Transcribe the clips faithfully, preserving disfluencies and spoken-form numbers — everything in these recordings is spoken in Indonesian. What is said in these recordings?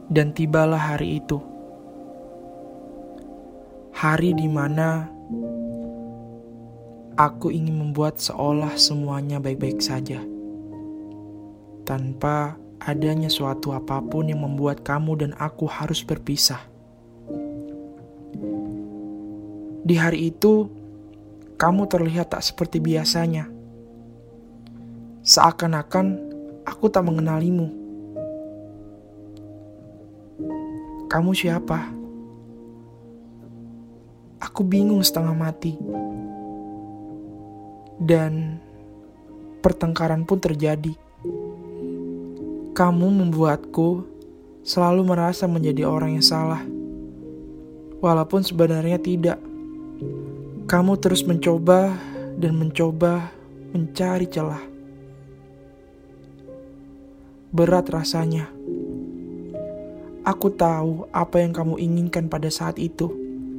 Dan tibalah hari itu. Hari di mana aku ingin membuat seolah semuanya baik-baik saja. Tanpa adanya suatu apapun yang membuat kamu dan aku harus berpisah. Di hari itu, kamu terlihat tak seperti biasanya. Seakan-akan aku tak mengenalimu. Kamu siapa? Aku bingung setengah mati. Dan pertengkaran pun terjadi. Kamu membuatku selalu merasa menjadi orang yang salah. Walaupun sebenarnya tidak. Kamu terus mencoba dan mencoba mencari celah. Berat rasanya. Aku tahu apa yang kamu inginkan pada saat itu.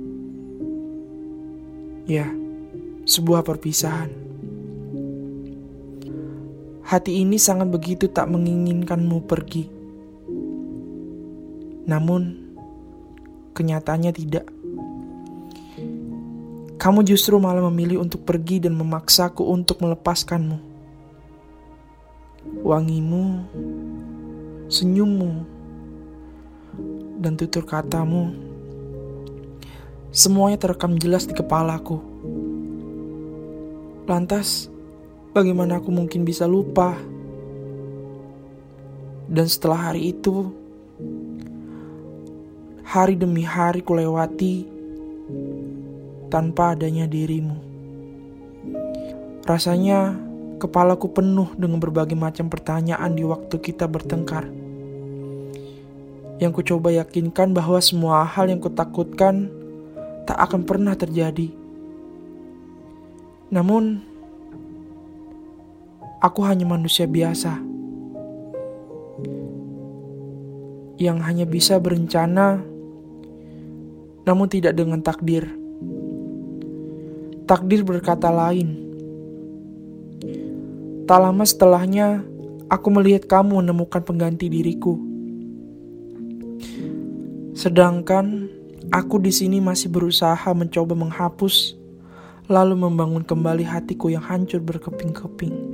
Ya, sebuah perpisahan. Hati ini sangat begitu tak menginginkanmu pergi. Namun, kenyataannya tidak. Kamu justru malah memilih untuk pergi dan memaksaku untuk melepaskanmu. Wangimu, senyummu, dan tutur katamu, semuanya terekam jelas di kepalaku. Lantas, bagaimana aku mungkin bisa lupa? Dan setelah hari itu, hari demi hari kulewati tanpa adanya dirimu. Rasanya kepalaku penuh dengan berbagai macam pertanyaan di waktu kita bertengkar. Yang ku coba yakinkan bahwa semua hal yang kutakutkan tak akan pernah terjadi. Namun, aku hanya manusia biasa yang hanya bisa berencana, namun tidak dengan takdir. Takdir berkata lain. Tak lama setelahnya, aku melihat kamu menemukan pengganti diriku. Sedangkan aku di sini masih berusaha mencoba menghapus, lalu membangun kembali hatiku yang hancur berkeping-keping.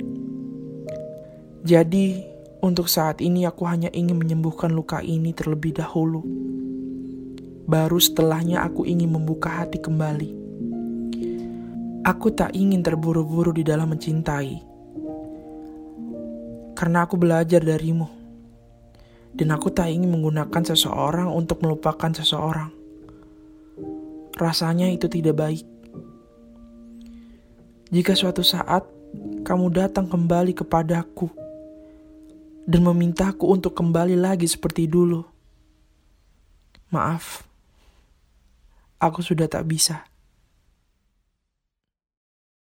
Jadi, untuk saat ini aku hanya ingin menyembuhkan luka ini terlebih dahulu. Baru setelahnya aku ingin membuka hati kembali. Aku tak ingin terburu-buru di dalam mencintai. Karena aku belajar darimu. Dan aku tak ingin menggunakan seseorang untuk melupakan seseorang. Rasanya itu tidak baik. Jika suatu saat kamu datang kembali kepadaku dan memintaku untuk kembali lagi seperti dulu, maaf, aku sudah tak bisa.